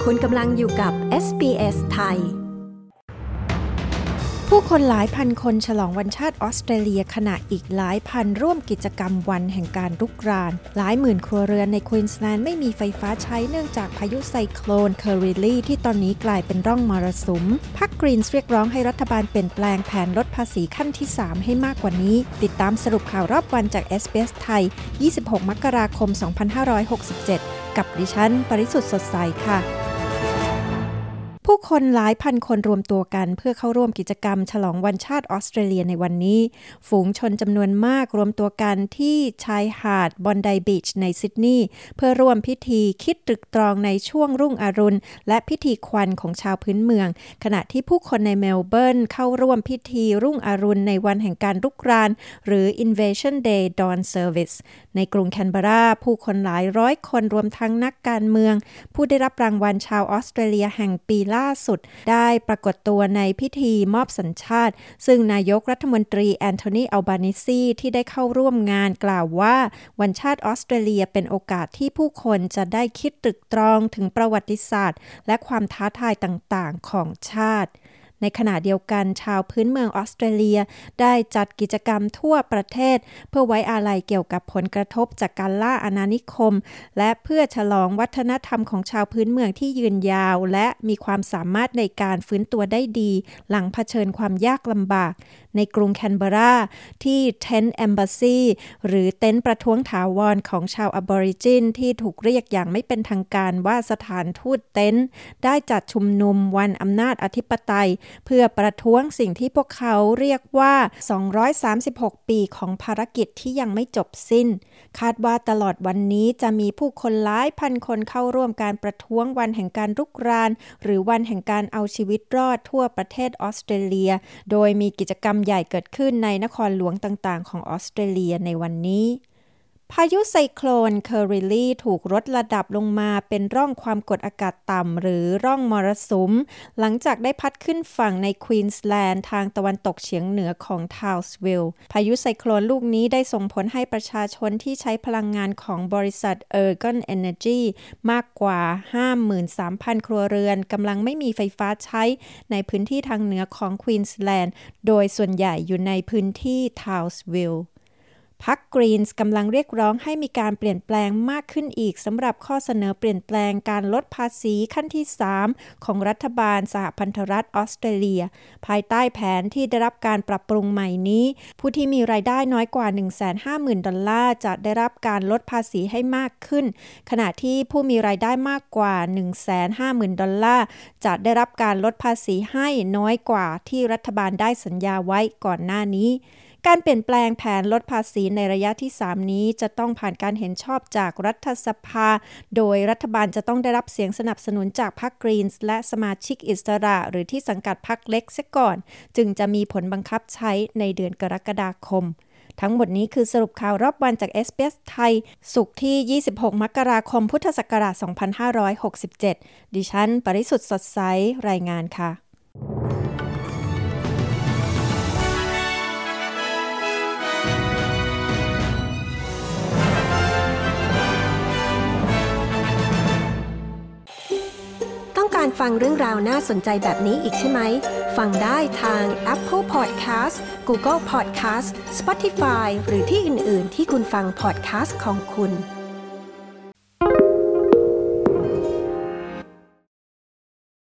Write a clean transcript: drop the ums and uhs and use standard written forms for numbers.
คุณกำลังอยู่กับ SBS ไทยผู้คนหลายพันคนฉลองวันชาติออสเตรเลียขณะอีกหลายพันร่วมกิจกรรมวันแห่งการรุกรานหลายหมื่นครัวเรือนในควีนสแลนด์ไม่มีไฟฟ้าใช้เนื่องจากพายุไซโคลนเคอริลลี่ที่ตอนนี้กลายเป็นร่องมรสุมพรรคกรีนส์เรียกร้องให้รัฐบาลเปลี่ยนแปลงแผนลดภาษีขั้นที่ 3 ให้มากกว่านี้ติดตามสรุปข่าวรอบวันจาก SBS ไทย 26 มกราคม 2567 กับดิฉันปริสุทธิ์สดใสค่ะผู้คนหลายพันคนรวมตัวกันเพื่อเข้าร่วมกิจกรรมฉลองวันชาติออสเตรเลียในวันนี้ฝูงชนจำนวนมากรวมตัวกันที่ชายหาดบอนไดบีชในซิดนีย์เพื่อร่วมพิธีคิดตรึกตรองในช่วงรุ่งอรุณและพิธีควันของชาวพื้นเมืองขณะที่ผู้คนในเมลเบิร์นเข้าร่วมพิธีรุ่งอรุณในวันแห่งการรุกรานหรือ Invasion Day Dawn Service ในกรุงแคนเบราผู้คนหลายร้อยคนรวมทั้งนักการเมืองผู้ได้รับรางวัลชาวออสเตรเลียแห่งปีล่าสุดได้ปรากฏตัวในพิธีมอบสัญชาติซึ่งนายกรัฐมนตรีแอนโทนีอัลบานิซีที่ได้เข้าร่วมงานกล่าวว่าวันชาติออสเตรเลียเป็นโอกาสที่ผู้คนจะได้คิดตรึกตรองถึงประวัติศาสตร์และความท้าทายต่างๆของชาติในขณะเดียวกันชาวพื้นเมืองออสเตรเลียได้จัดกิจกรรมทั่วประเทศเพื่อไว้อาลัยเกี่ยวกับผลกระทบจากการล่าอาณานิคมและเพื่อฉลองวัฒนธรรมของชาวพื้นเมืองที่ยืนยาวและมีความสามารถในการฟื้นตัวได้ดีหลังเผชิญความยากลำบากในกรุงแคนเบราที่ Tent Embassy หรือเต็นท์ประท้วงถาวรของชาวอบอริจินที่ถูกเรียกอย่างไม่เป็นทางการว่าสถานทูตเต็นท์ได้จัดชุมนุมวันอำนาจอธิปไตยเพื่อประท้วงสิ่งที่พวกเขาเรียกว่า236ปีของภารกิจที่ยังไม่จบสิ้นคาดว่าตลอดวันนี้จะมีผู้คนหลายพันคนเข้าร่วมการประท้วงวันแห่งการรุกรานหรือวันแห่งการเอาชีวิตรอดทั่วประเทศออสเตรเลียโดยมีกิจกรรมใหญ่เกิดขึ้นในนครหลวงต่างๆของออสเตรเลียในวันนี้พายุไซโคลนเคอริลลี่ถูกลดระดับลงมาเป็นร่องความกดอากาศต่ำหรือร่องมรสุมหลังจากได้พัดขึ้นฝั่งในควีนสแลนด์ทางตะวันตกเฉียงเหนือของทาวส์วิลล์พายุไซโคลนลูกนี้ได้ส่งผลให้ประชาชนที่ใช้พลังงานของบริษัท Ergon Energy มากกว่า 53,000 ครัวเรือนกำลังไม่มีไฟฟ้าใช้ในพื้นที่ทางเหนือของควีนสแลนด์โดยส่วนใหญ่อยู่ในพื้นที่ทาวส์วิลล์พรรคกรีนส์กำลังเรียกร้องให้มีการเปลี่ยนแปลงมากขึ้นอีกสำหรับข้อเสนอเปลี่ยนแปลงการลดภาษีขั้นที่ 3 ของรัฐบาลสหพันธรัฐออสเตรเลียภายใต้แผนที่ได้รับการปรับปรุงใหม่นี้ผู้ที่มีรายได้น้อยกว่า 150,000 ดอลลาร์จะได้รับการลดภาษีให้มากขึ้นขณะที่ผู้มีรายได้มากกว่า 150,000 ดอลลาร์จะได้รับการลดภาษีให้น้อยกว่าที่รัฐบาลได้สัญญาไว้ก่อนหน้านี้การเปลี่ยนแปลงแผนลดภาษีในระยะที่ 3 นี้จะต้องผ่านการเห็นชอบจากรัฐสภาโดยรัฐบาลจะต้องได้รับเสียงสนับสนุนจากพรรคกรีนส์และสมาชิกอิสระหรือที่สังกัดพรรคเล็กเสียก่อนจึงจะมีผลบังคับใช้ในเดือนกรกฎาคมทั้งหมดนี้คือสรุปข่าวรอบวันจาก SBS ไทยศุกร์ที่ 26 มกราคม พุทธศักราช 2567 ดิฉันปริสุทธิ์สดใสรายงานค่ะต้องการฟังเรื่องราวน่าสนใจแบบนี้อีกใช่ไหมฟังได้ทาง Apple Podcast Google Podcast Spotify หรือที่อื่นๆที่คุณฟัง podcast ของคุณ